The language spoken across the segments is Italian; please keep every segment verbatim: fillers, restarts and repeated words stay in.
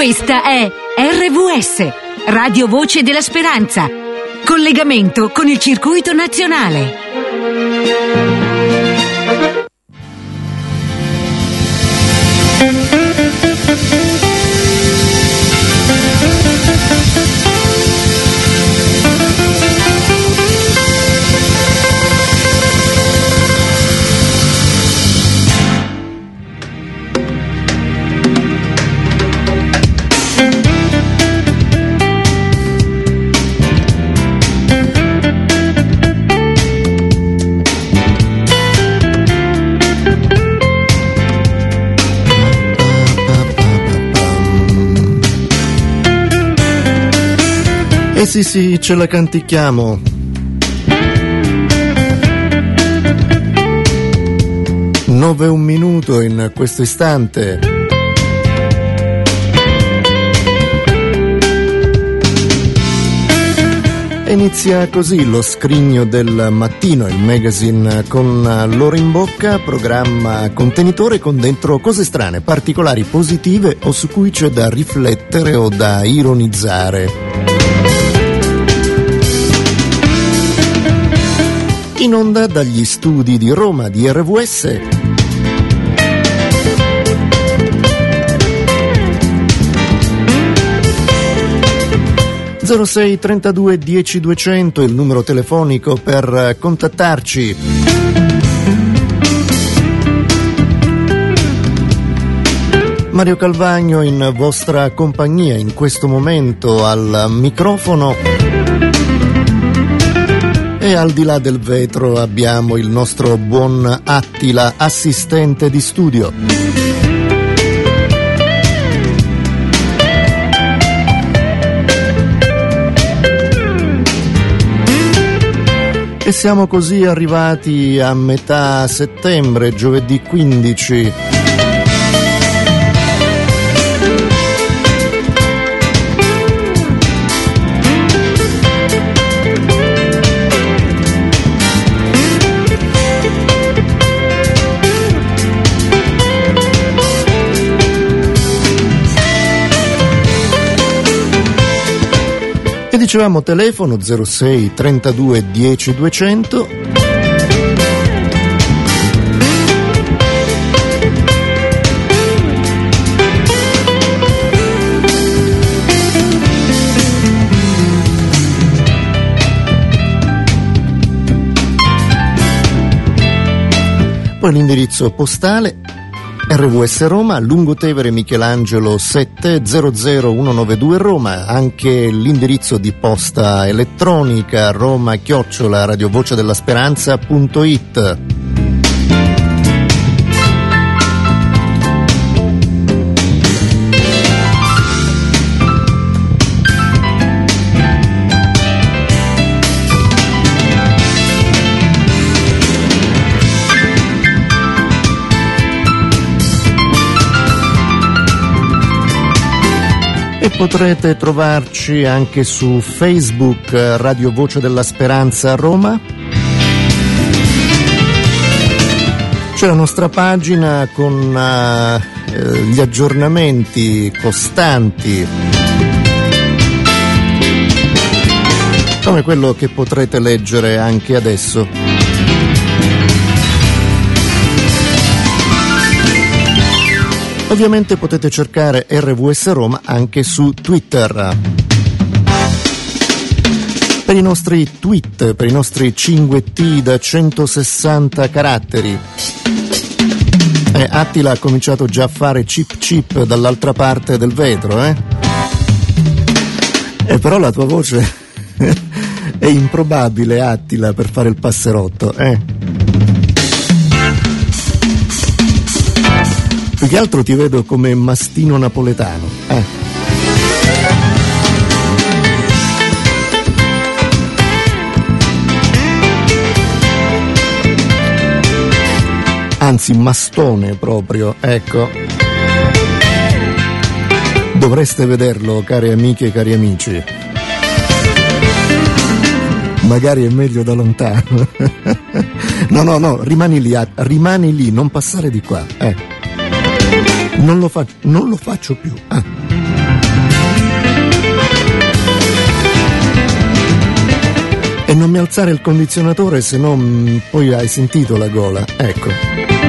Questa è R V S, Radio Voce della Speranza. Collegamento con il circuito nazionale. Eh sì sì, ce la canticchiamo. Nove e un minuto in questo istante. E inizia così lo scrigno del mattino, il magazine con l'ora in bocca, programma contenitore con dentro cose strane, particolari, positive o su cui c'è da riflettere o da ironizzare. In onda dagli studi di Roma di R V S. zero sei trentadue dieci duecento il numero telefonico per contattarci. Mario Calvagno in vostra compagnia in questo momento al microfono. E al di là del vetro abbiamo il nostro buon Attila, assistente di studio. E siamo così arrivati a metà settembre, giovedì quindici. E dicevamo telefono zero sei trentadue dieci duecento. Poi l'indirizzo postale R V S Roma, Lungotevere Michelangelo sette zero zero uno nove due Roma, anche l'indirizzo di posta elettronica roma chiocciola radiovoce della speranza punto it. E potrete trovarci anche su Facebook, Radio Voce della Speranza Roma. C'è la nostra pagina con uh, gli aggiornamenti costanti, come quello che potrete leggere anche adesso. Ovviamente potete cercare R V S Roma anche su Twitter. Per i nostri tweet, per i nostri cinguetti da centosessanta caratteri. Eh, Attila ha cominciato già a fare chip chip dall'altra parte del vetro, eh? Eh, però la tua voce è improbabile, Attila, per fare il passerotto, eh? Più che altro ti vedo come mastino napoletano, eh. Anzi, mastone proprio, ecco. Dovreste vederlo, care amiche e cari amici. Magari è meglio da lontano. No, no, no, rimani lì, rimani lì, non passare di qua, eh. Non lo faccio, non lo faccio più. Ah. E non mi alzare il condizionatore, se no mh, poi hai sentito la gola. Ecco.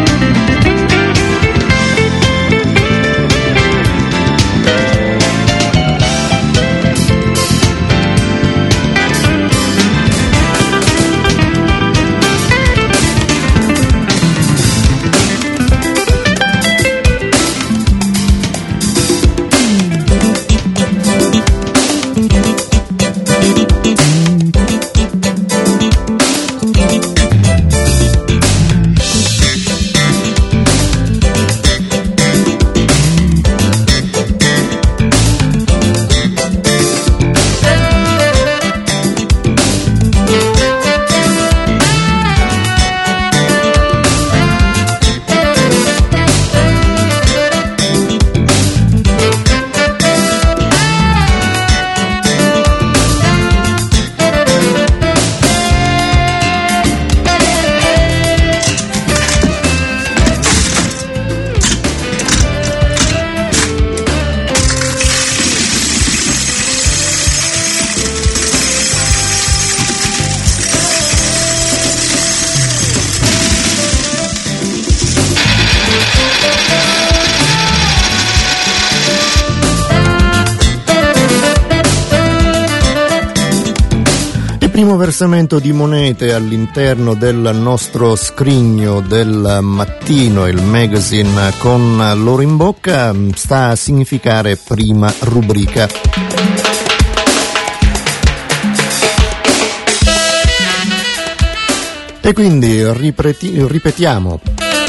Primo versamento di monete all'interno del nostro scrigno del mattino, il magazine con l'oro in bocca, sta a significare prima rubrica. E quindi ripeti- ripetiamo.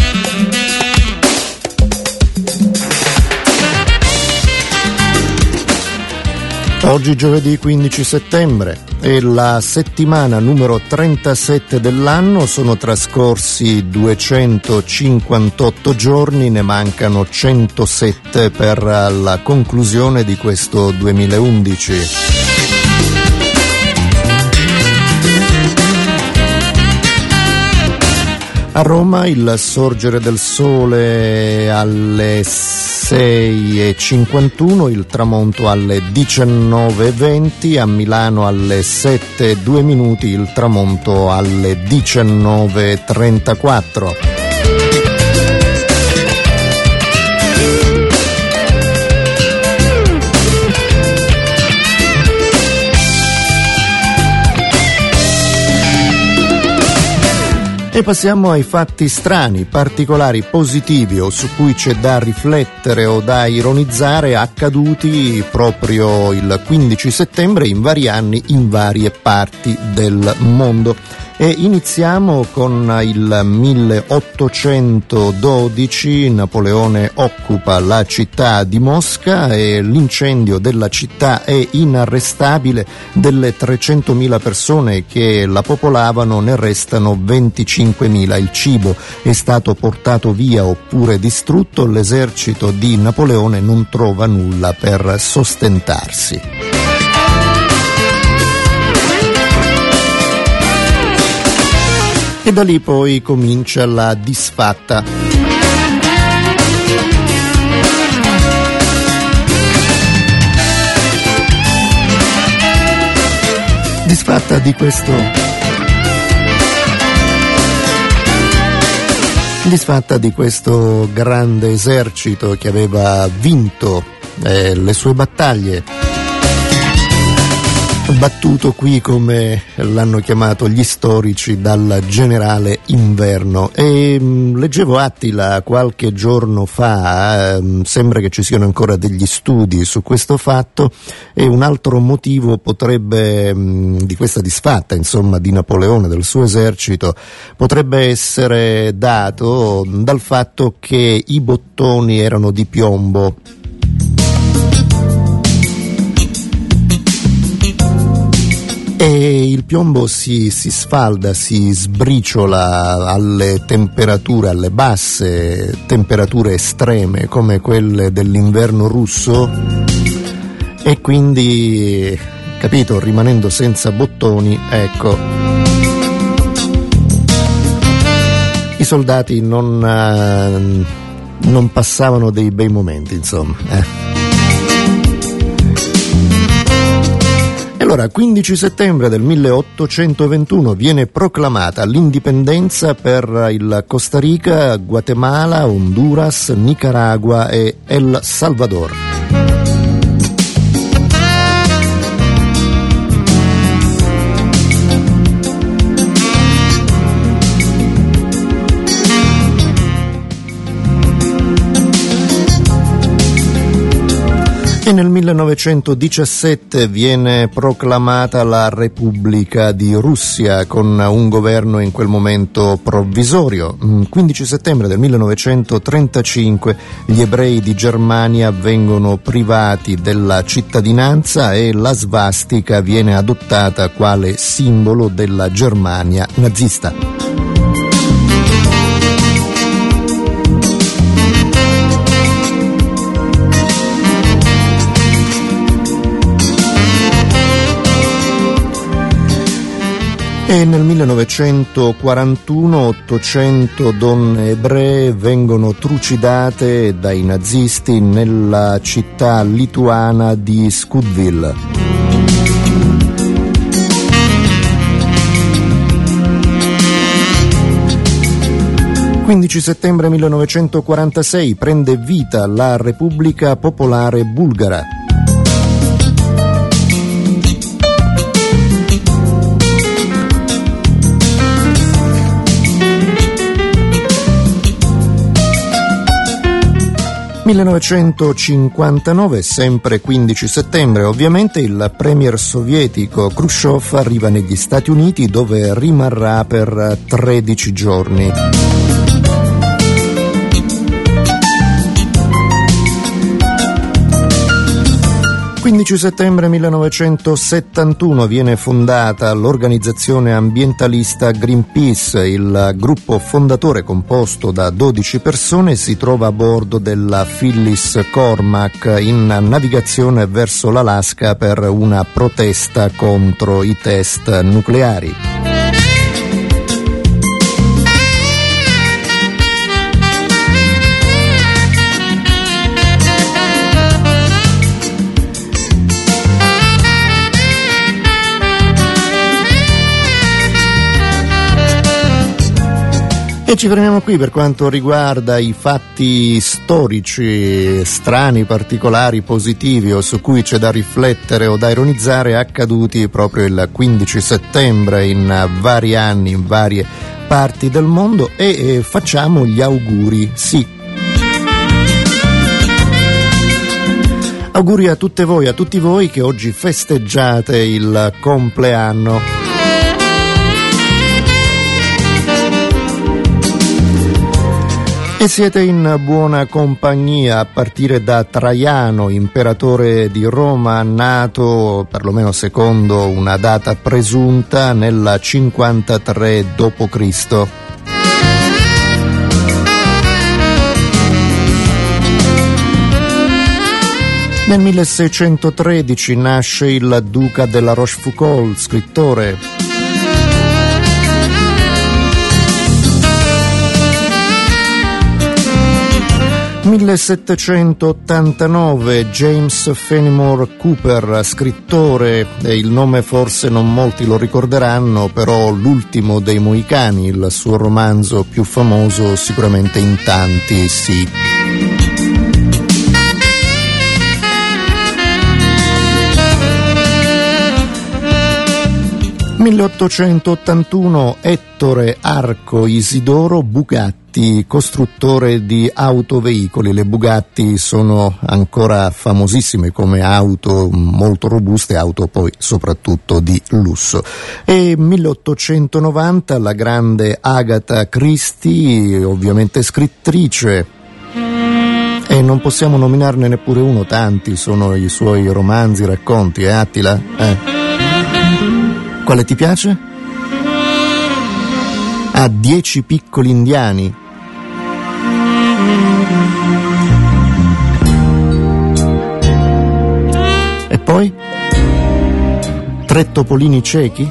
Oggi giovedì quindici settembre è la settimana numero trentasette dell'anno, sono trascorsi duecentocinquantotto giorni, ne mancano centosette per la conclusione di questo duemilaundici. A Roma il sorgere del sole alle sei e cinquantuno, il tramonto alle diciannove e venti, a Milano alle sette e due minuti, il tramonto alle diciannove e trentaquattro. E passiamo ai fatti strani, particolari, positivi o su cui c'è da riflettere o da ironizzare, accaduti proprio il quindici settembre in vari anni in varie parti del mondo. E iniziamo con il milleottocentododici, Napoleone occupa la città di Mosca e l'incendio della città è inarrestabile, delle trecentomila persone che la popolavano ne restano venticinquemila, il cibo è stato portato via oppure distrutto, l'esercito di Napoleone non trova nulla per sostentarsi. E da lì poi comincia la disfatta. Disfatta di questo disfatta di questo grande esercito che aveva vinto eh, le sue battaglie. Battuto qui, come l'hanno chiamato gli storici, dal generale Inverno. E mh, leggevo Attila qualche giorno fa, mh, sembra che ci siano ancora degli studi su questo fatto, e un altro motivo potrebbe, mh, di questa disfatta, insomma, di Napoleone, del suo esercito, potrebbe essere dato dal fatto che i bottoni erano di piombo. E il piombo si, si sfalda, si sbriciola alle temperature, alle basse temperature estreme come quelle dell'inverno russo, e quindi, capito, rimanendo senza bottoni, ecco, i soldati non, uh, non passavano dei bei momenti, insomma. Eh. Allora, quindici settembre del milleottocentoventuno viene proclamata l'indipendenza per il Costa Rica, Guatemala, Honduras, Nicaragua e El Salvador. E nel millenovecentodiciassette viene proclamata la Repubblica di Russia con un governo in quel momento provvisorio. quindici settembre del millenovecentotrentacinque gli ebrei di Germania vengono privati della cittadinanza e la svastica viene adottata quale simbolo della Germania nazista. E nel millenovecentoquarantuno ottocento donne ebree vengono trucidate dai nazisti nella città lituana di Skudville. quindici settembre millenovecentoquarantasei prende vita la Repubblica Popolare Bulgara. millenovecentocinquantanove, sempre quindici settembre, ovviamente il premier sovietico Khrushchev arriva negli Stati Uniti dove rimarrà per tredici giorni. quindici settembre millenovecentosettantuno viene fondata l'organizzazione ambientalista Greenpeace. Il gruppo fondatore, composto da dodici persone, si trova a bordo della Phyllis Cormack in navigazione verso l'Alaska per una protesta contro i test nucleari. E ci fermiamo qui per quanto riguarda i fatti storici strani, particolari, positivi o su cui c'è da riflettere o da ironizzare accaduti proprio il quindici settembre in vari anni, in varie parti del mondo, e facciamo gli auguri, sì. Auguri a tutte voi, a tutti voi che oggi festeggiate il compleanno. E siete in buona compagnia a partire da Traiano, imperatore di Roma, nato perlomeno secondo una data presunta nel cinquantatré dopo Cristo. Nel milleseicentotredici nasce il duca della Rochefoucauld, scrittore. millesettecentottantanove James Fenimore Cooper, scrittore, e il nome forse non molti lo ricorderanno, però L'ultimo dei Mohicani, il suo romanzo più famoso, sicuramente in tanti sì. milleottocentottantuno Ettore Arco Isidoro Bugatti, costruttore di autoveicoli. Le Bugatti sono ancora famosissime come auto molto robuste, auto poi soprattutto di lusso. E milleottocentonovanta la grande Agatha Christie, ovviamente scrittrice, e non possiamo nominarne neppure uno, tanti sono i suoi romanzi, racconti, eh Attila? Eh. Quale ti piace? Ha Dieci piccoli indiani. E poi? Tre topolini ciechi?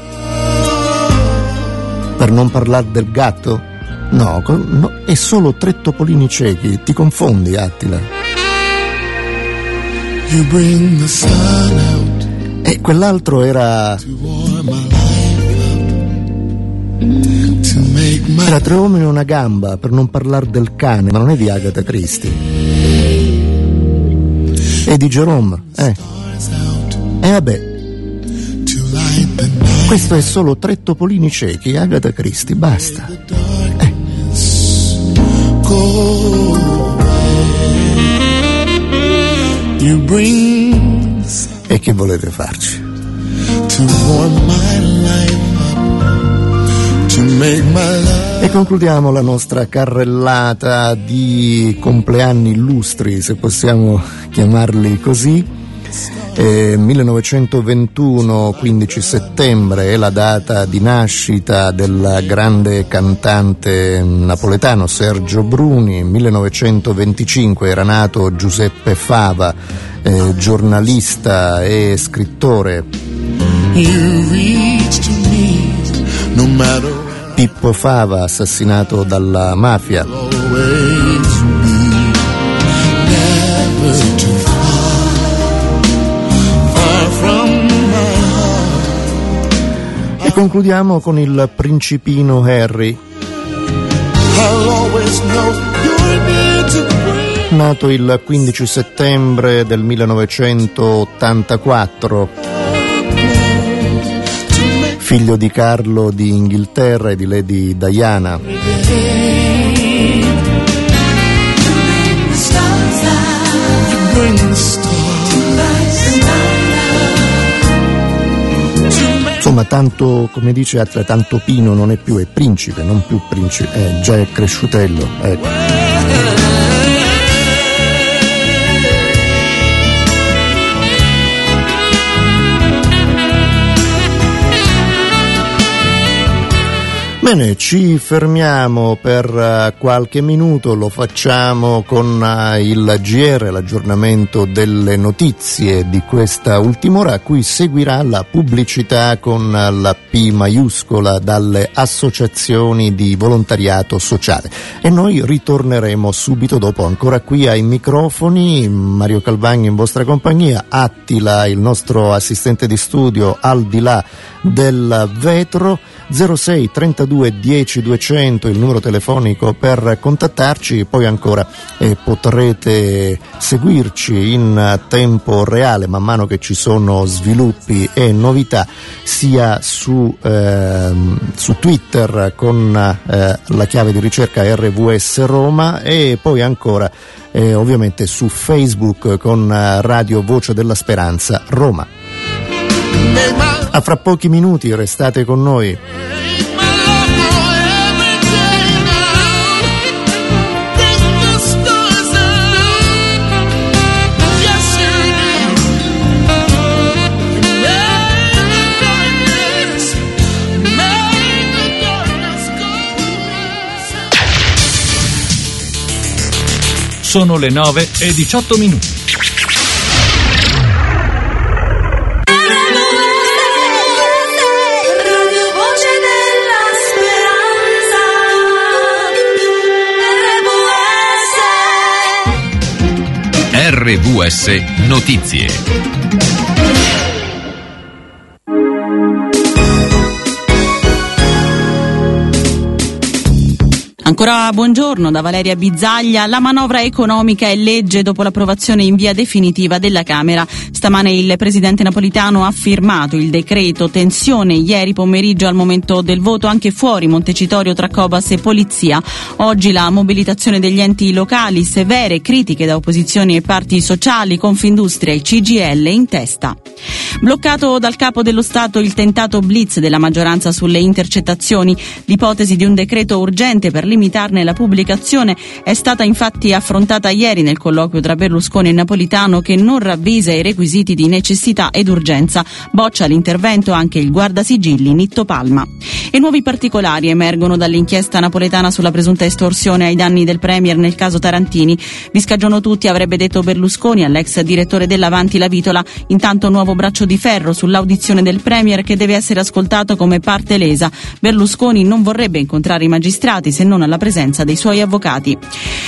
Per non parlare del gatto? No, no, è solo Tre topolini ciechi, ti confondi, Attila. You bring the sun out E quell'altro era era Tre uomini e una gamba, per non parlare del cane, ma non è di Agatha Christie, è di Jerome. Eh. E vabbè, questo è solo Tre topolini ciechi, Agatha Christie, basta. Eh. E che volete farci? E concludiamo la nostra carrellata di compleanni illustri, se possiamo chiamarli così. Eh, millenovecentoventuno, quindici settembre, è la data di nascita del grande cantante napoletano Sergio Bruni. millenovecentoventicinque era nato Giuseppe Fava, eh, giornalista e scrittore. Pippo Fava, assassinato dalla mafia. E concludiamo con il principino Harry, nato il quindici settembre del millenovecentottantaquattro, figlio di Carlo di Inghilterra e di Lady Diana. Insomma, tanto, come dice Atla, tanto Pino non è più, è principe, non più principe, è già è cresciutello, ecco. Bene, ci fermiamo per qualche minuto, lo facciamo con il G R, l'aggiornamento delle notizie di questa ultima ora, a cui seguirà la pubblicità con la P maiuscola dalle associazioni di volontariato sociale. E noi ritorneremo subito dopo, ancora qui ai microfoni, Mario Calvagno in vostra compagnia, Attila, il nostro assistente di studio, al di là del vetro. zero sei trentadue dieci duecento il numero telefonico per contattarci, poi ancora eh, potrete seguirci in tempo reale man mano che ci sono sviluppi e novità, sia su, eh, su Twitter con eh, la chiave di ricerca R V S Roma, e poi ancora eh, ovviamente su Facebook con Radio Voce della Speranza Roma. A fra pochi minuti, restate con noi. Sono le nove e diciotto minuti. R V S Notizie. Ancora buongiorno da Valeria Bizzaglia. La manovra economica è legge dopo l'approvazione in via definitiva della Camera. Stamane il presidente Napolitano ha firmato il decreto tensione ieri pomeriggio al momento del voto anche fuori Montecitorio tra Cobas e Polizia. Oggi la mobilitazione degli enti locali, severe critiche da opposizioni e parti sociali, Confindustria e C G I L in testa. Bloccato dal capo dello Stato il tentato blitz della maggioranza sulle intercettazioni, l'ipotesi di un decreto urgente per limitarne la pubblicazione è stata infatti affrontata ieri nel colloquio tra Berlusconi e Napolitano, che non ravvisa i requisiti di necessità ed urgenza. Boccia l'intervento anche il guardasigilli Nitto Palma. E nuovi particolari emergono dall'inchiesta napoletana sulla presunta estorsione ai danni del Premier nel caso Tarantini. Vi scagiono tutti, avrebbe detto Berlusconi all'ex direttore dell'Avanti La Vitola. Intanto nuovo braccio di ferro sull'audizione del Premier, che deve essere ascoltato come parte lesa. Berlusconi non vorrebbe incontrare i magistrati se non alla presenza dei suoi avvocati.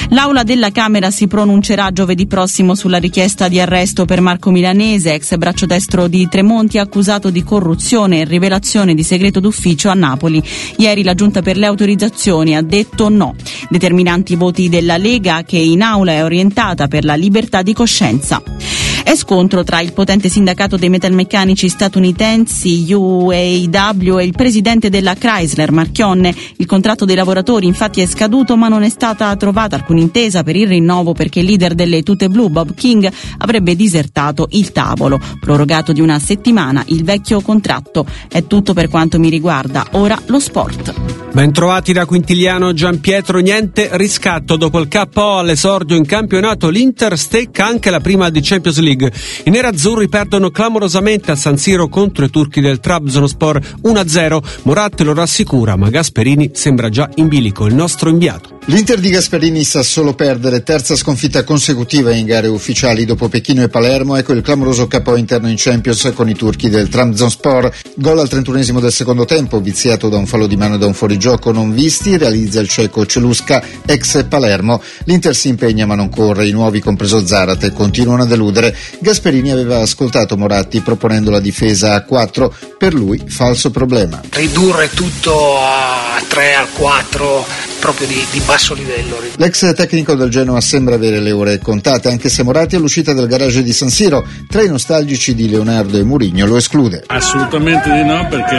L'aula della Camera si pronuncerà giovedì prossimo sulla richiesta di arresto per Marco Milanese, ex braccio destro di Tremonti, accusato di corruzione e rivelazione di segreto d'ufficio a Napoli. Ieri la Giunta per le autorizzazioni ha detto no. Determinanti voti della Lega, che in aula è orientata per la libertà di coscienza. È scontro tra il potente sindacato dei metalmeccanici statunitensi U A W e il presidente della Chrysler Marchionne. Il contratto dei lavoratori infatti è scaduto, ma non è stata trovata alcuna intesa per il rinnovo perché il leader delle tute blu, Bob King, avrebbe disertato il tavolo. Prorogato di una settimana il vecchio contratto. È tutto per quanto mi riguarda. Ora lo sport. Bentrovati da Quintiliano Giampietro. Niente riscatto dopo il K O all'esordio in campionato. L'Inter stecca anche la prima di Champions League. I nerazzurri perdono clamorosamente a San Siro contro i turchi del Trabzonspor uno a zero. Moratti lo rassicura, ma Gasperini sembra già in bilico. Il nostro inviato. L'Inter di Gasperini sa solo perdere, terza sconfitta consecutiva in gare ufficiali dopo Pechino e Palermo. Ecco il clamoroso K O interno in Champions con i turchi del Trabzonspor. Gol al trentunesimo del secondo tempo, viziato da un fallo di mano e da un fuorigioco non visti, realizza il ceco Celusca, ex Palermo. L'Inter si impegna ma non corre, i nuovi compreso Zarate continuano a deludere. Gasperini aveva ascoltato Moratti proponendo la difesa a quattro, per lui falso problema. Ridurre tutto a tre, a quattro, proprio di, di basso livello. L'ex tecnico del Genoa sembra avere le ore contate, anche se Moratti all'uscita del garage di San Siro, tra i nostalgici di Leonardo e Mourinho, lo esclude. Assolutamente di no, perché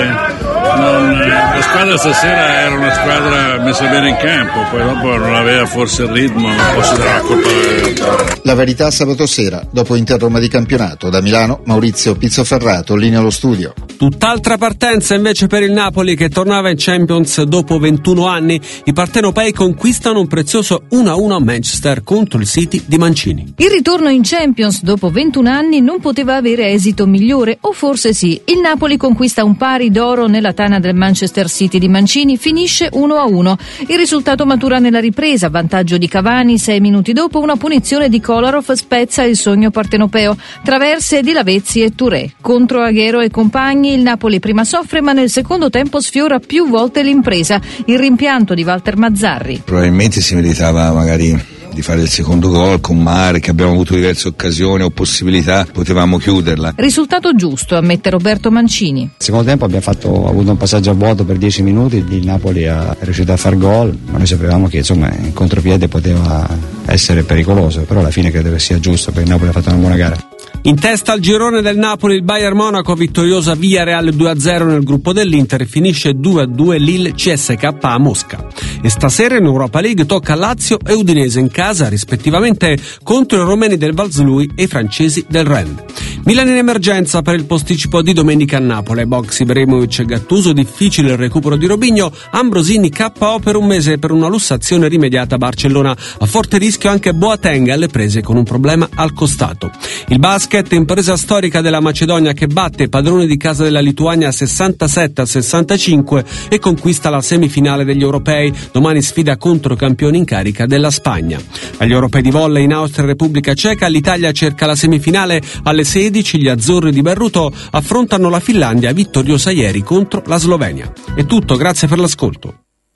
non, la squadra stasera era una squadra messa bene in campo, poi dopo non aveva forse il ritmo, non posso dare la colpa. La verità sabato sera, dopo Inter Roma di campionato. Da Milano Maurizio Pizzoferrato, linea allo studio. Tutt'altra partenza invece per il Napoli, che tornava in Champions dopo ventuno anni. I partenopei conquistano un prezioso uno a uno a Manchester contro il City di Mancini. Il ritorno in Champions dopo ventuno anni non poteva avere esito migliore, o forse sì. Il Napoli conquista un pari d'oro nella tana del Manchester City di Mancini, finisce uno a uno. Il risultato matura nella ripresa, vantaggio di Cavani, sei minuti dopo una punizione di Kolarov spezza il sogno partenopeo. Traverse di Lavezzi e Touré. Contro Agüero e compagni il Napoli prima soffre, ma nel secondo tempo sfiora più volte l'impresa. Il rimpianto di Walter Mazzarri. Probabilmente si meritava magari di fare il secondo gol con Mare, che abbiamo avuto diverse occasioni o possibilità, potevamo chiuderla. Risultato giusto, ammette Roberto Mancini. Nel secondo tempo abbiamo fatto, avuto un passaggio a vuoto per dieci minuti, il Napoli è riuscito a far gol, ma noi sapevamo che insomma in contropiede poteva essere pericoloso, però alla fine credo che sia giusto, perché il Napoli ha fatto una buona gara. In testa al girone del Napoli il Bayern Monaco, vittoriosa via Real due a zero nel gruppo dell'Inter, finisce due a due Lille C S K a Mosca. E stasera in Europa League tocca Lazio e Udinese in casa, rispettivamente contro i romeni del Vaslui e i francesi del Rennes. Milan in emergenza per il posticipo di domenica a Napoli. Box, Ibrahimovic e Gattuso, difficile il recupero di Robinho, Ambrosini K O per un mese per una lussazione rimediata a Barcellona. A forte rischio anche Boateng alle prese con un problema al costato. Il basket, impresa storica della Macedonia che batte i padroni di casa della Lituania sessantasette a sessantacinque e conquista la semifinale degli europei. Domani sfida contro campioni in carica della Spagna. Agli europei di volley in Austria e Repubblica Ceca l'Italia cerca la semifinale. Alle sedici gli azzurri di Berruto affrontano la Finlandia, vittoriosa ieri contro la Slovenia. È tutto, grazie per l'ascolto.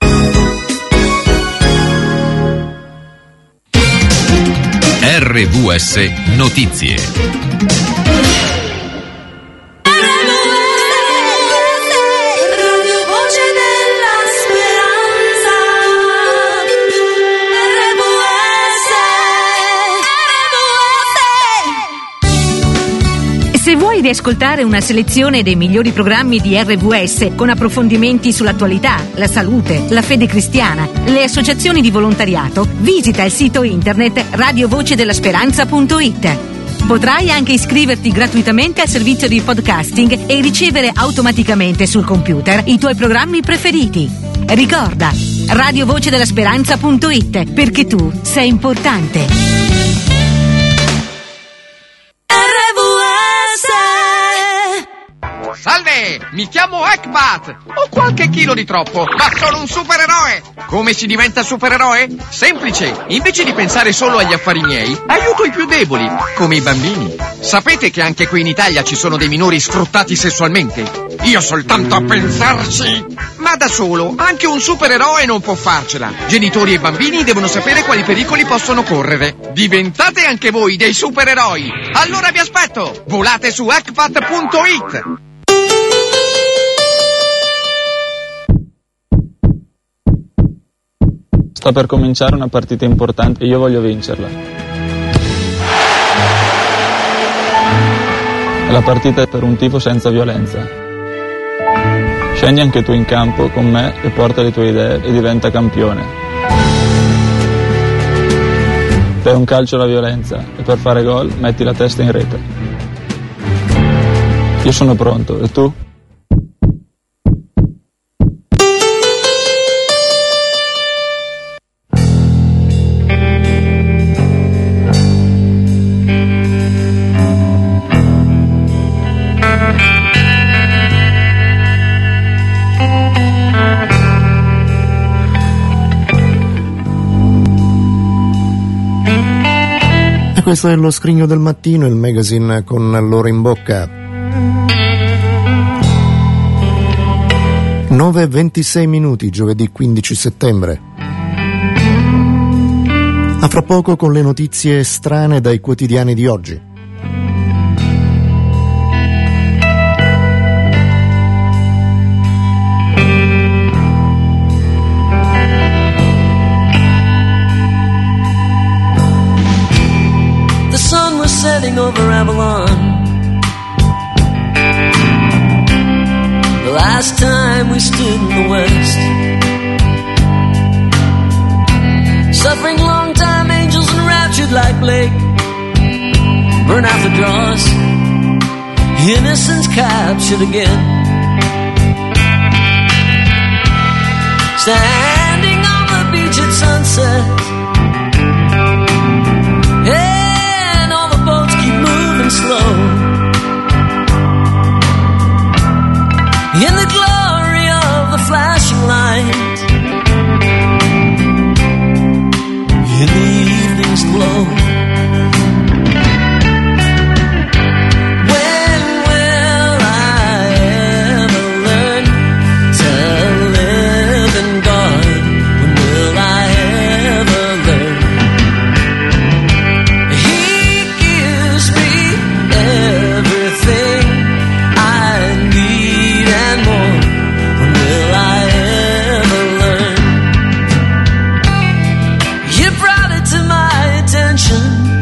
R V S Notizie. Se vuoi riascoltare una selezione dei migliori programmi di R V S con approfondimenti sull'attualità, la salute, la fede cristiana, le associazioni di volontariato, visita il sito internet radio voce della speranza punto it. Potrai anche iscriverti gratuitamente al servizio di podcasting e ricevere automaticamente sul computer i tuoi programmi preferiti. Ricorda, radio voce della speranza punto it, perché tu sei importante. Salve! Mi chiamo Ekbat. Ho qualche chilo di troppo, ma sono un supereroe. Come si diventa supereroe? Semplice. Invece di pensare solo agli affari miei, aiuto i più deboli, come i bambini. Sapete che anche qui in Italia ci sono dei minori sfruttati sessualmente? Io soltanto a pensarci. Ma da solo, anche un supereroe non può farcela. Genitori e bambini devono sapere quali pericoli possono correre. Diventate anche voi dei supereroi. Allora vi aspetto. Volate su ekbat punto it. Sta per cominciare una partita importante e io voglio vincerla. È la partita per un tifo senza violenza. Scendi anche tu in campo con me e porta le tue idee e diventa campione. Per un calcio la violenza e per fare gol metti la testa in rete. Io sono pronto, e tu? Questo è lo Scrigno del Mattino, il magazine con l'ora in bocca. nove e ventisei minuti, giovedì quindici settembre. A fra poco con le notizie strane dai quotidiani di oggi. Setting over Avalon. The last time we stood in the west, suffering long time angels enraptured like Blake, burn out the dross, innocence captured again. Standing on the beach at sunset, slow in the glory of the flashing light, in the evening's glow. When will I ever learn to live in God? When will I ever learn? He gives me everything I need and more. When will I ever learn? You brought it to my attention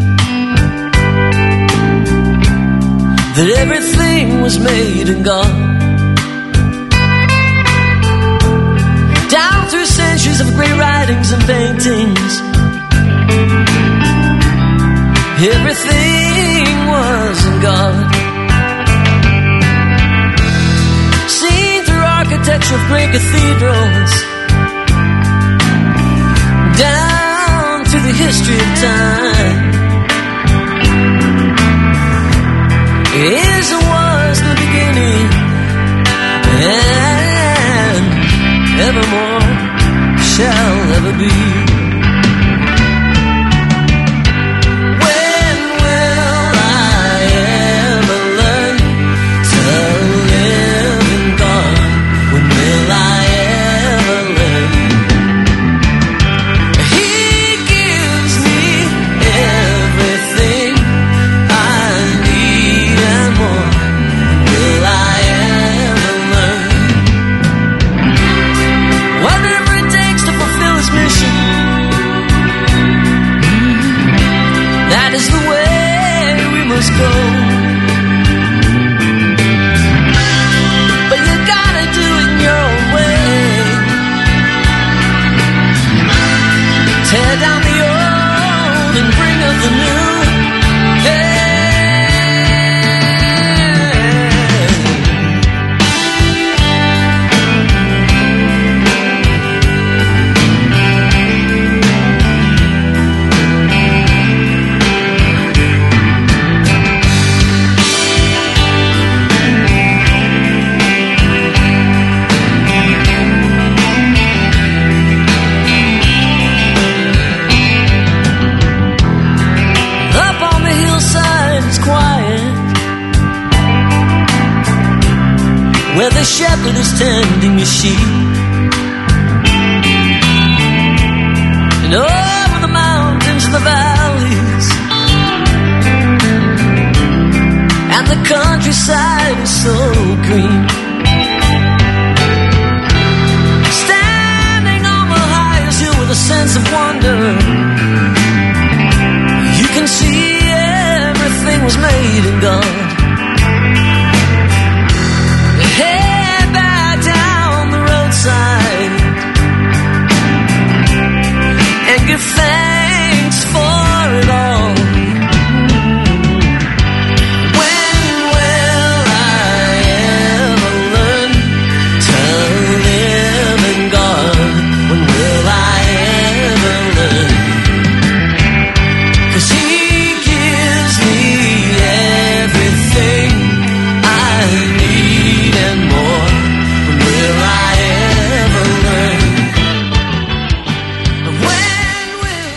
that everything was made in God. Down through centuries of great writings and paintings, everything was in God. Seen through architecture of great cathedrals, down through the history of time, is and was the beginning, and evermore shall ever be. shepherd is tending his sheep. And over the mountains and the valleys, and the countryside is so green. Standing on the highest hill with a sense of wonder, you can see everything was made in God. Head back down the roadside and give thanks for it all. When will I ever learn to live in God? When will I ever learn? 'Cause He gives me everything I need and more. When will I ever learn? When will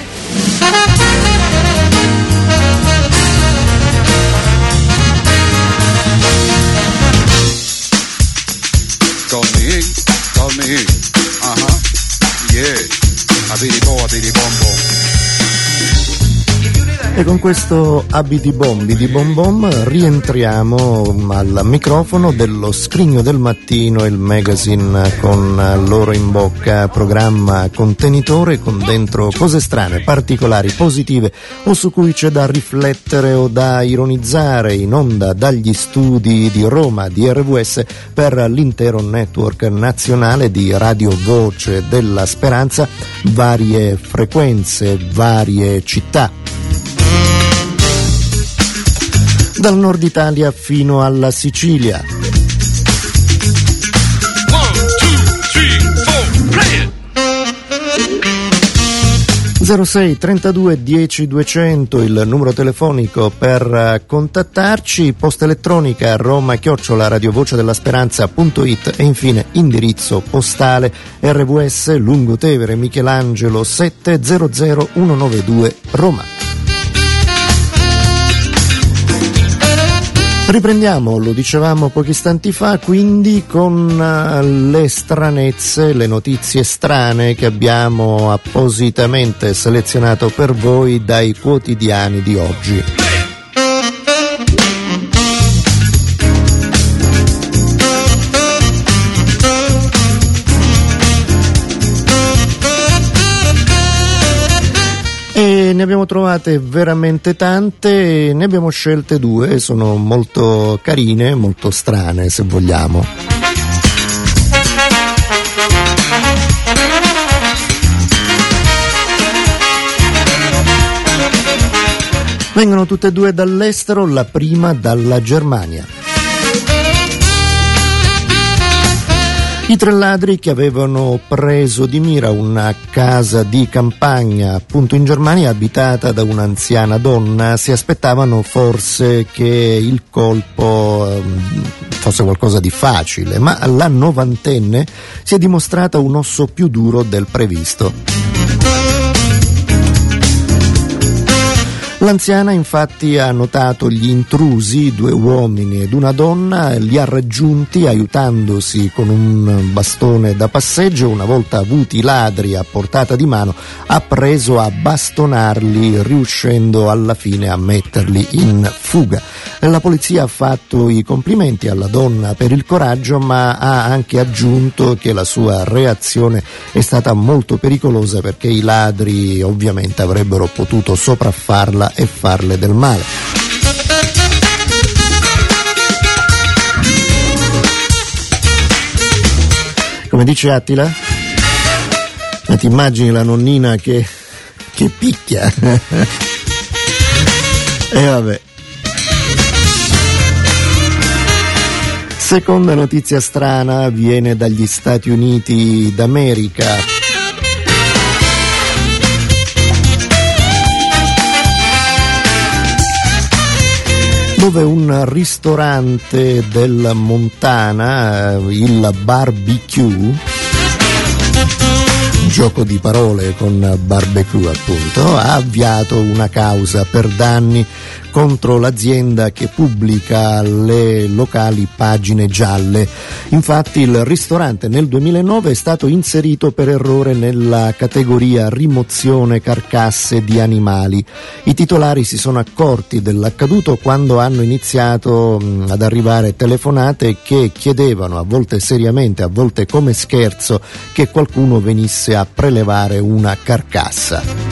Call me, call me, uh-huh, yeah, abiti bo, abiti bombo. E con questo abiti bombi di bom bom rientriamo al microfono dello Scrigno del Mattino, il magazine con l'oro in bocca, programma contenitore con dentro cose strane, particolari, positive o su cui c'è da riflettere o da ironizzare, in onda dagli studi di Roma di R V S per l'intero network nazionale di Radio Voce della Speranza, varie frequenze, varie città. Dal nord Italia fino alla Sicilia. zero sei trentadue dieci duecento il numero telefonico per contattarci, posta elettronica roma chiocciola radiovoce della speranza punto it e infine indirizzo postale R V S Lungotevere Michelangelo sette zero zero uno nove due Roma. Riprendiamo, lo dicevamo pochi istanti fa, quindi con le stranezze, le notizie strane che abbiamo appositamente selezionato per voi dai quotidiani di oggi. E ne abbiamo trovate veramente tante, ne abbiamo scelte due, sono molto carine, molto strane se vogliamo. Vengono tutte e due dall'estero, la prima dalla Germania. I tre ladri che avevano preso di mira una casa di campagna appunto in Germania abitata da un'anziana donna si aspettavano forse che il colpo eh, fosse qualcosa di facile, ma la novantenne si è dimostrata un osso più duro del previsto. L'anziana infatti ha notato gli intrusi, due uomini ed una donna, li ha raggiunti aiutandosi con un bastone da passeggio. Una volta avuti i ladri a portata di mano ha preso a bastonarli, riuscendo alla fine a metterli in fuga. La polizia ha fatto i complimenti alla donna per il coraggio, ma ha anche aggiunto che la sua reazione è stata molto pericolosa perché i ladri ovviamente avrebbero potuto sopraffarla e farle del male. Come dice Attila? Ma ti immagini la nonnina che, che picchia? E vabbè. Seconda notizia strana viene dagli Stati Uniti d'America. Dove un ristorante del Montana, il barbecue, gioco di parole con barbecue appunto, ha avviato una causa per danni contro l'azienda che pubblica le locali pagine gialle. Infatti il ristorante nel duemilanove è stato inserito per errore nella categoria rimozione carcasse di animali. I titolari si sono accorti dell'accaduto quando hanno iniziato mh, ad arrivare telefonate che chiedevano, a volte seriamente, a volte come scherzo, che qualcuno venisse a prelevare una carcassa.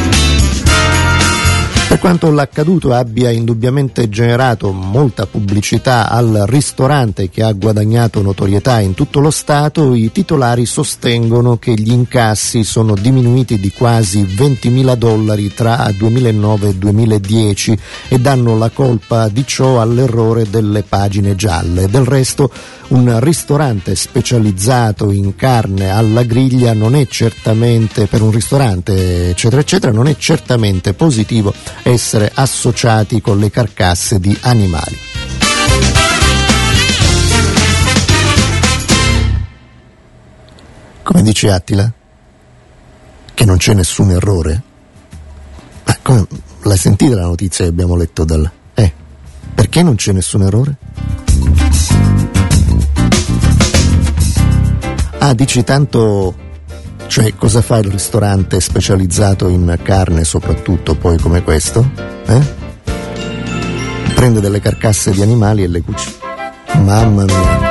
Per quanto l'accaduto abbia indubbiamente generato molta pubblicità al ristorante che ha guadagnato notorietà in tutto lo Stato, i titolari sostengono che gli incassi sono diminuiti di quasi ventimila dollari tra duemilanove e duemiladieci e danno la colpa di ciò all'errore delle pagine gialle. Del resto, un ristorante specializzato in carne alla griglia non è certamente, per un ristorante eccetera eccetera, non è certamente positivo essere associati con le carcasse di animali. Come dice Attila? Che non c'è nessun errore? Ma come, l'hai sentita la notizia che abbiamo letto dal... Eh, perché non c'è nessun errore? Ah, dici tanto, cioè cosa fa il ristorante specializzato in carne soprattutto poi come questo? Eh? Prende delle carcasse di animali e le cucina. Mamma mia.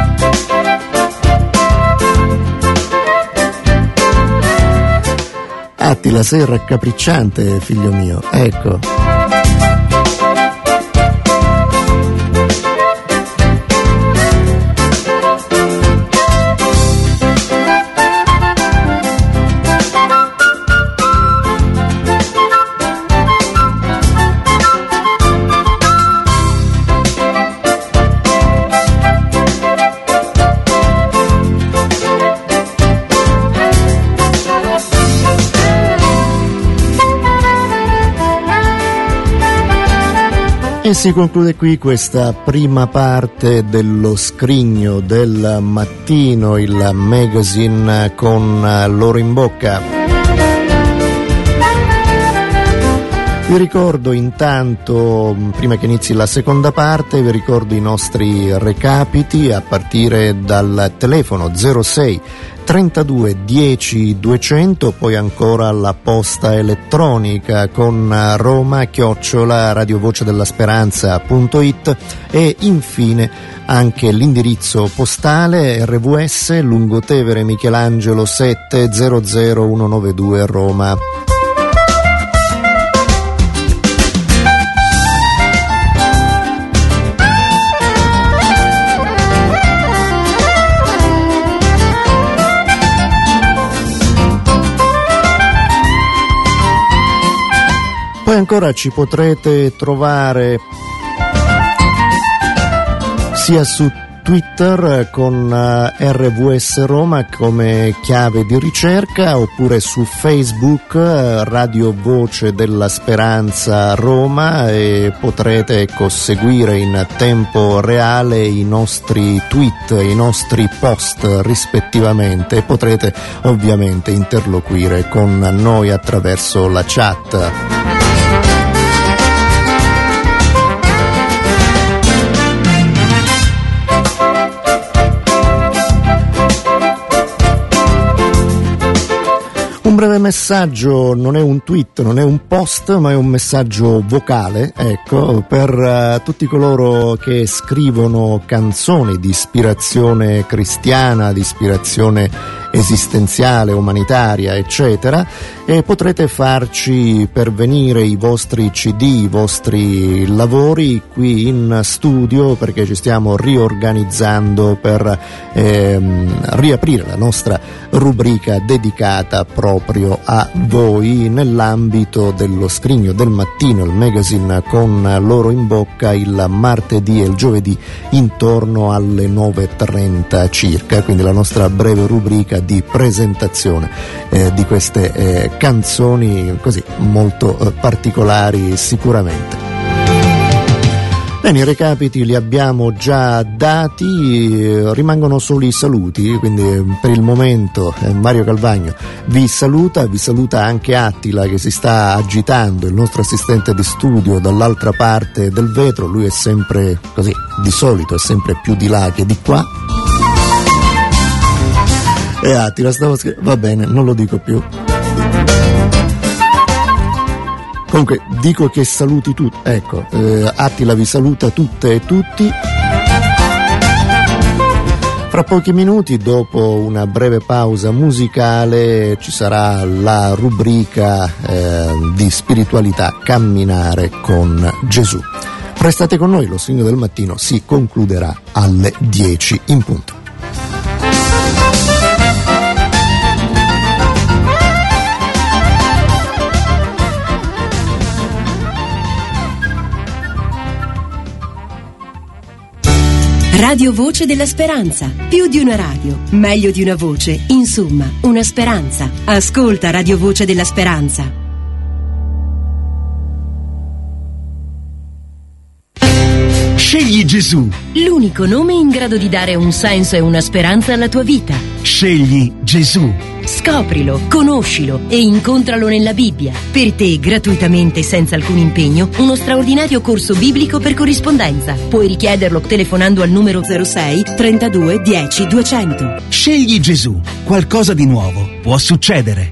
Attila, sei raccapricciante, figlio mio, ecco. E si conclude qui questa prima parte dello Scrigno del Mattino, il magazine con Loro in Bocca. Vi ricordo intanto, prima che inizi la seconda parte, vi ricordo i nostri recapiti a partire dal telefono zero sei trentadue dieci duecento, poi ancora la posta elettronica con Roma chiocciola radiovocedellasperanza.it e infine anche l'indirizzo postale R V S Lungotevere Michelangelo sette zero zero uno nove due Roma. Poi ancora ci potrete trovare sia su Twitter con R V S Roma come chiave di ricerca, oppure su Facebook Radio Voce della Speranza Roma, e potrete ecco, seguire in tempo reale i nostri tweet, i nostri post rispettivamente, e potrete ovviamente interloquire con noi attraverso la chat. Un breve messaggio, non è un tweet, non è un post, ma è un messaggio vocale, ecco, per uh, tutti coloro che scrivono canzoni di ispirazione cristiana, di ispirazione esistenziale, umanitaria, eccetera, e potrete farci pervenire i vostri C D, i vostri lavori qui in studio, perché ci stiamo riorganizzando per ehm, riaprire la nostra rubrica dedicata proprio a voi nell'ambito dello Scrigno del Mattino, il magazine con Loro in Bocca, il martedì e il giovedì intorno alle nove e trenta circa, quindi la nostra breve rubrica di presentazione eh, di queste eh, canzoni così molto eh, particolari sicuramente. Bene, i recapiti li abbiamo già dati, rimangono solo i saluti, quindi per il momento Mario Calvagno vi saluta, vi saluta anche Attila che si sta agitando, il nostro assistente di studio dall'altra parte del vetro, lui è sempre così, di solito è sempre più di là che di qua. E Attila stavo scrivendo, va bene, non lo dico più. Comunque dico che saluti tutti, ecco, eh, Attila vi saluta tutte e tutti. Fra pochi minuti, dopo una breve pausa musicale, ci sarà la rubrica eh, di spiritualità, Camminare con Gesù. Restate con noi, lo Segno del Mattino si concluderà alle dieci in punto. Radio Voce della Speranza. Più di una radio, meglio di una voce, insomma, una speranza. Ascolta Radio Voce della Speranza. Scegli Gesù. L'unico nome in grado di dare un senso e una speranza alla tua vita. Scegli Gesù. Scoprilo, conoscilo e incontralo nella Bibbia. Per te, gratuitamente, senza alcun impegno, uno straordinario corso biblico per corrispondenza. Puoi richiederlo telefonando al numero zero sei trentadue dieci duecento. Scegli Gesù. Qualcosa di nuovo può succedere.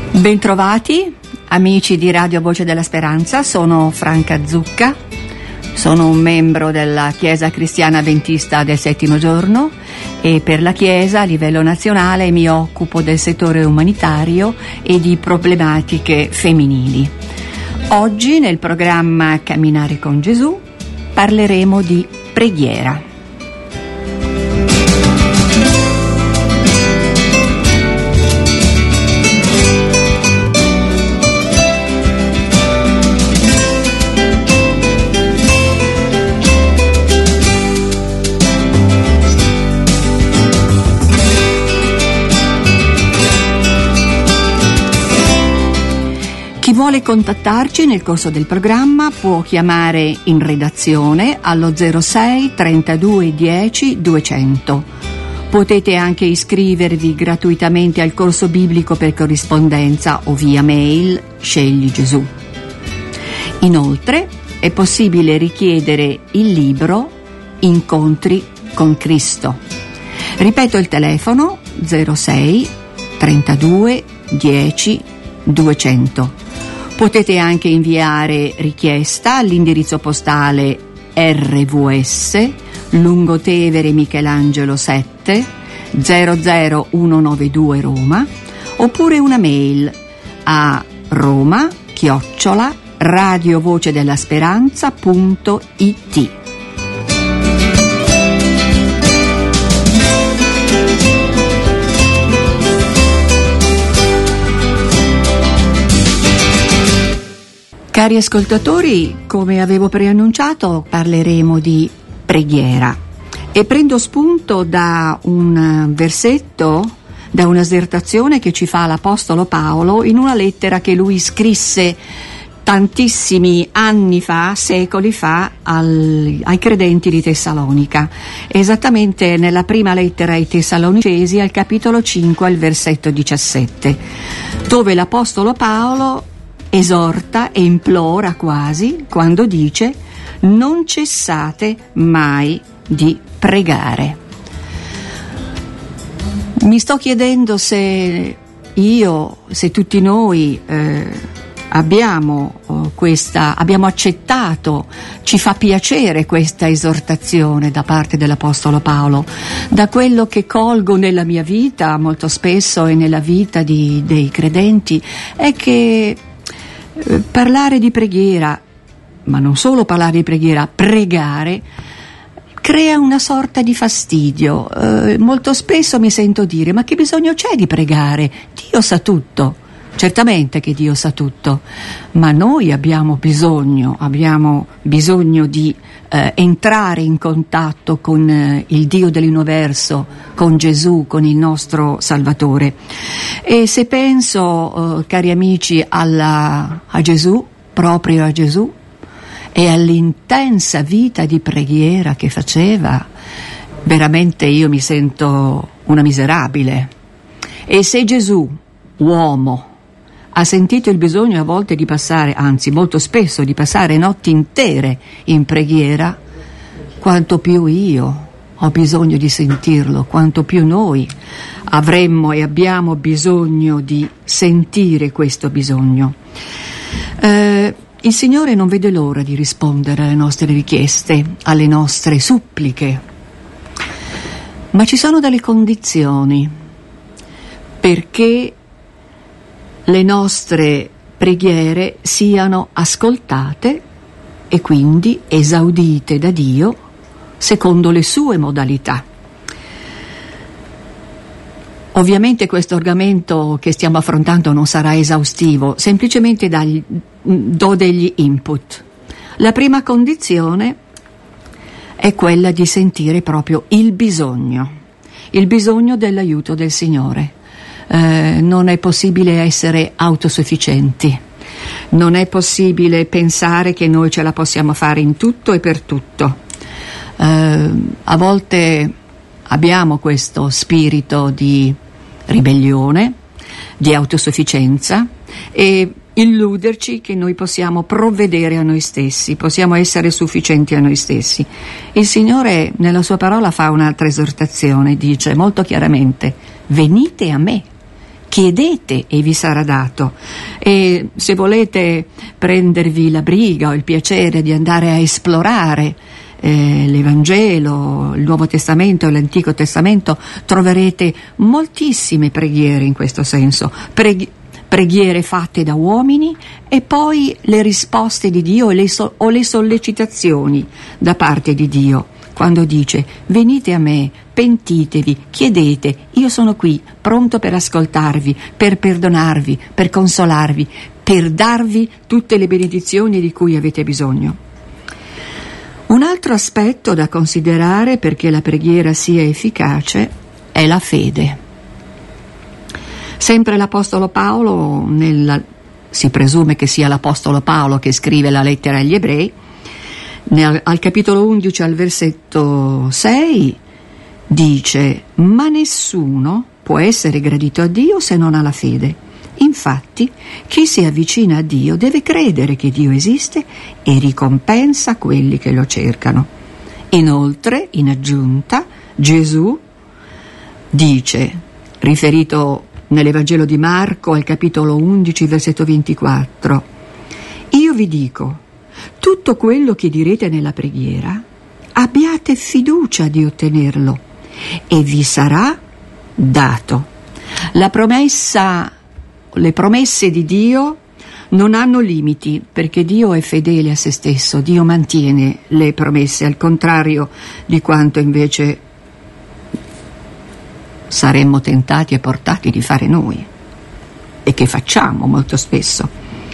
Bentrovati amici di Radio Voce della Speranza, sono Franca Zucca. Sono un membro della Chiesa Cristiana Adventista del Settimo Giorno e per la Chiesa a livello nazionale mi occupo del settore umanitario e di problematiche femminili. Oggi nel programma Camminare con Gesù parleremo di preghiera. Chi vuole contattarci nel corso del programma può chiamare in redazione allo zero sei trentadue dieci duecento. Potete anche iscrivervi gratuitamente al corso biblico per corrispondenza o via mail Scegli Gesù. Inoltre è possibile richiedere il libro Incontri con Cristo. Ripeto il telefono zero sei trentadue dieci duecento. Potete anche inviare richiesta all'indirizzo postale R V S Lungotevere Michelangelo sette zero zero uno nove due Roma, oppure una mail a roma chiocciola radiovocedellasperanza punto it. Cari ascoltatori, come avevo preannunciato, parleremo di preghiera e prendo spunto da un versetto, da un'esortazione che ci fa l'Apostolo Paolo in una lettera che lui scrisse tantissimi anni fa, secoli fa, al, ai credenti di Tessalonica, esattamente nella prima lettera ai Tessalonicesi, al capitolo cinque, al versetto diciassette, dove l'Apostolo Paolo esorta e implora quasi quando dice: non cessate mai di pregare. Mi sto chiedendo se io, se tutti noi eh, abbiamo oh, questa, abbiamo accettato, ci fa piacere questa esortazione da parte dell'Apostolo Paolo. Da quello che colgo nella mia vita molto spesso e nella vita di, dei credenti è che parlare di preghiera, ma non solo parlare di preghiera, pregare, crea una sorta di fastidio. Eh, molto spesso mi sento dire: ma che bisogno c'è di pregare? Dio sa tutto. Certamente che Dio sa tutto, ma noi abbiamo bisogno, abbiamo bisogno di eh, entrare in contatto con eh, il Dio dell'universo, con Gesù, con il nostro Salvatore. E se penso, eh, cari amici, alla, a Gesù, proprio a Gesù, e all'intensa vita di preghiera che faceva, veramente io mi sento una miserabile. E se Gesù, uomo, ha sentito il bisogno a volte di passare, anzi molto spesso di passare notti intere in preghiera, quanto più io ho bisogno di sentirlo, quanto più noi avremmo e abbiamo bisogno di sentire questo bisogno. Eh, il Signore non vede l'ora di rispondere alle nostre richieste, alle nostre suppliche, ma ci sono delle condizioni perché le nostre preghiere siano ascoltate e quindi esaudite da Dio secondo le sue modalità. Ovviamente questo argomento che stiamo affrontando non sarà esaustivo, semplicemente dagli, do degli input. La prima condizione è quella di sentire proprio il bisogno, il bisogno dell'aiuto del Signore. Eh, non è possibile essere autosufficienti, non è possibile pensare che noi ce la possiamo fare in tutto e per tutto. Eh, a volte abbiamo questo spirito di ribellione, di autosufficienza e illuderci che noi possiamo provvedere a noi stessi, possiamo essere sufficienti a noi stessi. Il Signore nella sua parola fa un'altra esortazione, dice molto chiaramente: venite a me, chiedete e vi sarà dato. E se volete prendervi la briga o il piacere di andare a esplorare eh, l'Evangelo, il Nuovo Testamento e l'Antico Testamento, troverete moltissime preghiere in questo senso, Preghi- preghiere fatte da uomini e poi le risposte di Dio e le so- o le sollecitazioni da parte di Dio, quando dice: venite a me, pentitevi, chiedete, io sono qui, pronto per ascoltarvi, per perdonarvi, per consolarvi, per darvi tutte le benedizioni di cui avete bisogno. Un altro aspetto da considerare perché la preghiera sia efficace è la fede. Sempre l'Apostolo Paolo, nella, si presume che sia l'Apostolo Paolo che scrive la lettera agli Ebrei, nel, al capitolo undici al versetto sei dice: ma nessuno può essere gradito a Dio se non ha la fede. Infatti, chi si avvicina a Dio deve credere che Dio esiste e ricompensa quelli che lo cercano. Inoltre, in aggiunta, Gesù dice, riferito nell'Evangelo di Marco al capitolo undici versetto ventiquattro: io vi dico, tutto quello che direte nella preghiera, abbiate fiducia di ottenerlo e vi sarà dato. La promessa, le promesse di Dio non hanno limiti, perché Dio è fedele a se stesso, Dio mantiene le promesse, al contrario di quanto invece saremmo tentati e portati di fare noi e che facciamo molto spesso.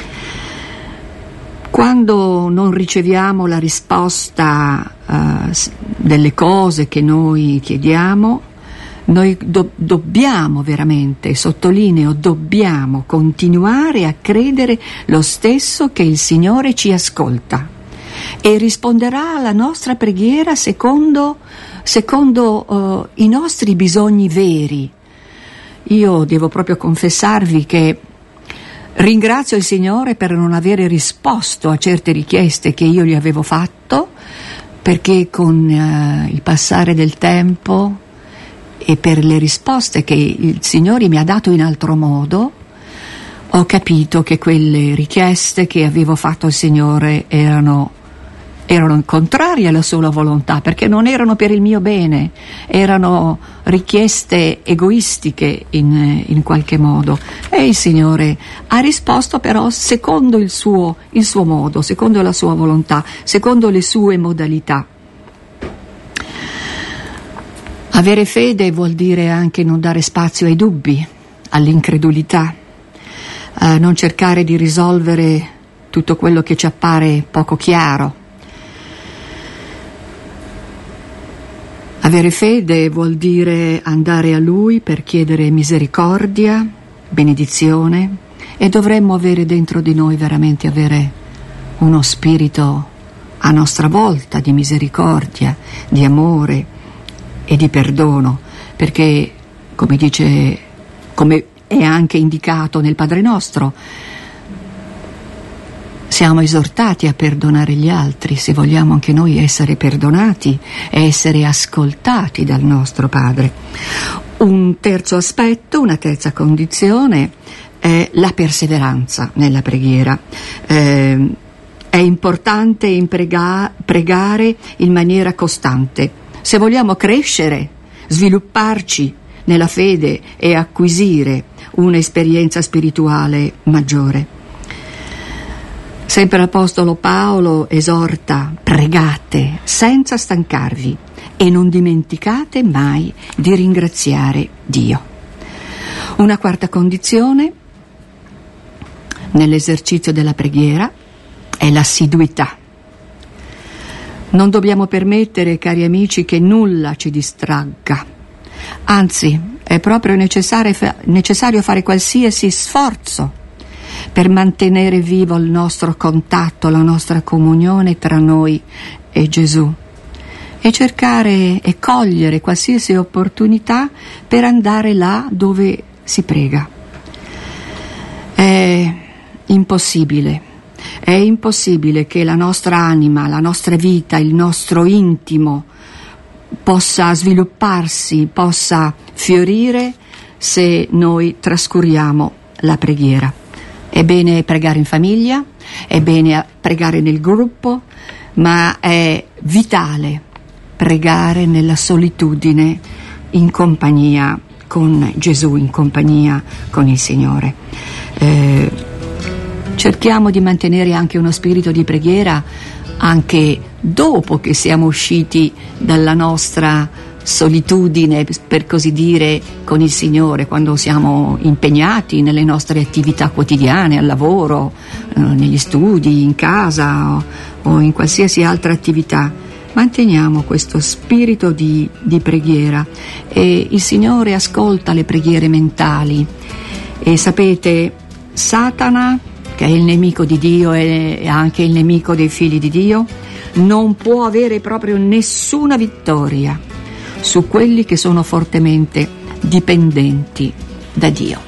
Quando non riceviamo la risposta uh, delle cose che noi chiediamo, noi do- dobbiamo veramente, sottolineo, dobbiamo continuare a credere lo stesso che il Signore ci ascolta e risponderà alla nostra preghiera secondo, secondo uh, i nostri bisogni veri. Io devo proprio confessarvi che ringrazio il Signore per non avere risposto a certe richieste che io gli avevo fatto, perché con uh, il passare del tempo e per le risposte che il Signore mi ha dato in altro modo, ho capito che quelle richieste che avevo fatto al Signore erano, erano contrarie alla sua volontà, perché non erano per il mio bene, erano richieste egoistiche in, in qualche modo. E il Signore ha risposto però secondo il suo, il suo modo, secondo la sua volontà, secondo le sue modalità. Avere fede vuol dire anche non dare spazio ai dubbi, all'incredulità, a non cercare di risolvere tutto quello che ci appare poco chiaro. Avere fede vuol dire andare a Lui per chiedere misericordia, benedizione, e dovremmo avere dentro di noi veramente avere uno spirito a nostra volta di misericordia, di amore e di perdono, perché come dice, come è anche indicato nel Padre Nostro, siamo esortati a perdonare gli altri se vogliamo anche noi essere perdonati e essere ascoltati dal nostro Padre. Un terzo aspetto, una terza condizione è la perseveranza nella preghiera. Eh, è importante imprega- pregare in maniera costante. Se vogliamo crescere, svilupparci nella fede e acquisire un'esperienza spirituale maggiore. Sempre l'Apostolo Paolo esorta: pregate senza stancarvi e non dimenticate mai di ringraziare Dio. Una quarta condizione nell'esercizio della preghiera è l'assiduità. Non dobbiamo permettere, cari amici, che nulla ci distragga. Anzi, è proprio necessario, necessario fare qualsiasi sforzo per mantenere vivo il nostro contatto, la nostra comunione tra noi e Gesù, e cercare e cogliere qualsiasi opportunità per andare là dove si prega. È impossibile. È impossibile che la nostra anima, la nostra vita, il nostro intimo possa svilupparsi, possa fiorire se noi trascuriamo la preghiera. È bene pregare in famiglia, è bene pregare nel gruppo, ma è vitale pregare nella solitudine, in compagnia con Gesù, in compagnia con il Signore. Eh, cerchiamo di mantenere anche uno spirito di preghiera anche dopo che siamo usciti dalla nostra solitudine, per così dire, con il Signore, quando siamo impegnati nelle nostre attività quotidiane, al lavoro, eh, negli studi, in casa o, o in qualsiasi altra attività. Manteniamo questo spirito di, di preghiera, e il Signore ascolta le preghiere mentali. E sapete, Satana, che è il nemico di Dio e anche il nemico dei figli di Dio, non può avere proprio nessuna vittoria su quelli che sono fortemente dipendenti da Dio.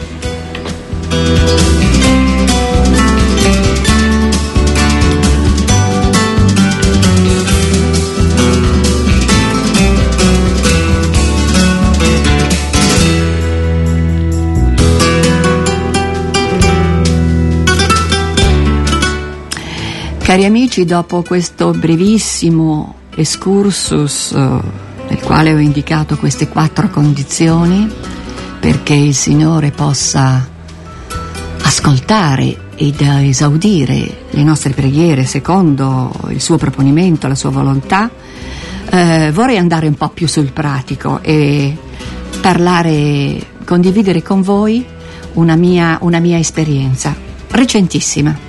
Cari amici, dopo questo brevissimo excursus eh, nel quale ho indicato queste quattro condizioni perché il Signore possa ascoltare ed esaudire le nostre preghiere secondo il suo proponimento, la sua volontà, eh, vorrei andare un po' più sul pratico e parlare, condividere con voi una mia, una mia esperienza recentissima.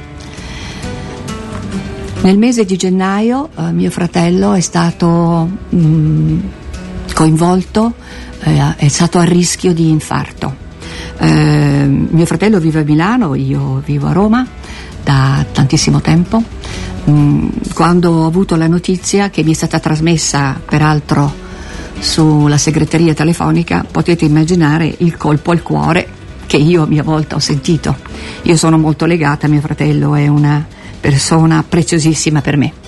Nel mese di gennaio eh, mio fratello è stato mh, coinvolto, eh, è stato a rischio di infarto. Eh, mio fratello vive a Milano, io vivo a Roma da tantissimo tempo. Mh, quando ho avuto la notizia, che mi è stata trasmessa peraltro sulla segreteria telefonica, potete immaginare il colpo al cuore che io a mia volta ho sentito. Io sono molto legata a mio fratello, è una persona preziosissima per me.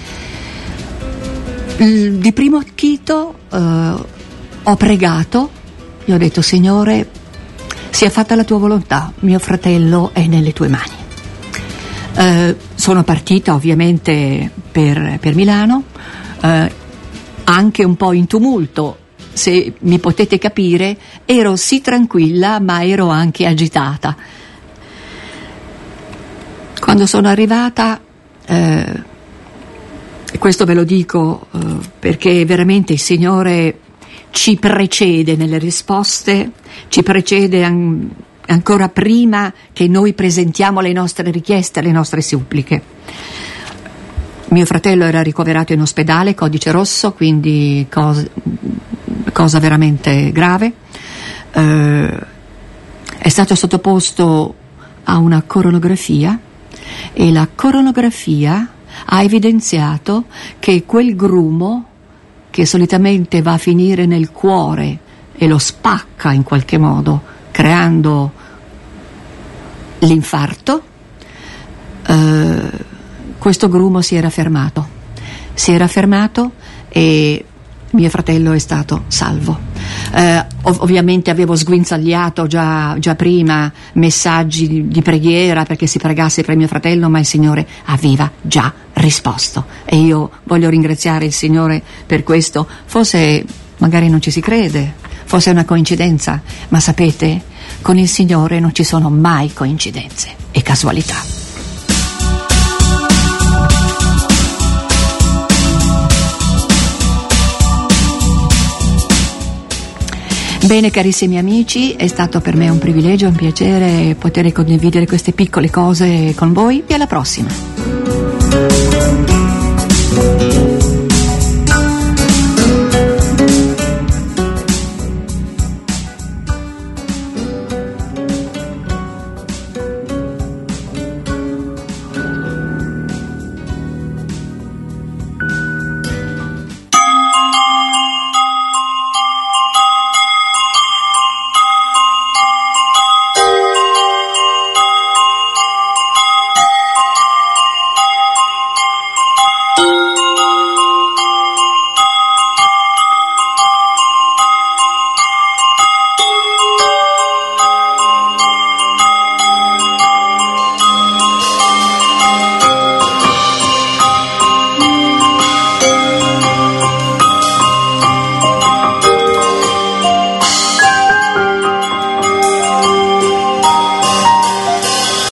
Di primo acchito eh, ho pregato, gli ho detto: Signore, sia fatta la tua volontà, mio fratello è nelle tue mani. Eh, sono partita ovviamente per, per Milano, eh, anche un po' in tumulto, se mi potete capire, ero sì tranquilla ma ero anche agitata. Quando sono arrivata, eh, questo ve lo dico eh, perché veramente il Signore ci precede nelle risposte, ci precede an- ancora prima che noi presentiamo le nostre richieste, le nostre suppliche. Mio fratello era ricoverato in ospedale, codice rosso, quindi cosa, cosa veramente grave. Eh, è stato sottoposto a una coronografia, e la coronografia ha evidenziato che quel grumo, che solitamente va a finire nel cuore e lo spacca in qualche modo, creando l'infarto, eh, questo grumo si era fermato. Si era fermato e mio fratello è stato salvo. Eh, ov- ovviamente avevo sguinzagliato già, già prima messaggi di, di preghiera perché si pregasse per mio fratello, ma il Signore aveva già risposto e io voglio ringraziare il Signore per questo. Forse magari non ci si crede, forse è una coincidenza, ma sapete, con il Signore non ci sono mai coincidenze e casualità. Bene, carissimi amici, è stato per me un privilegio, un piacere poter condividere queste piccole cose con voi e alla prossima.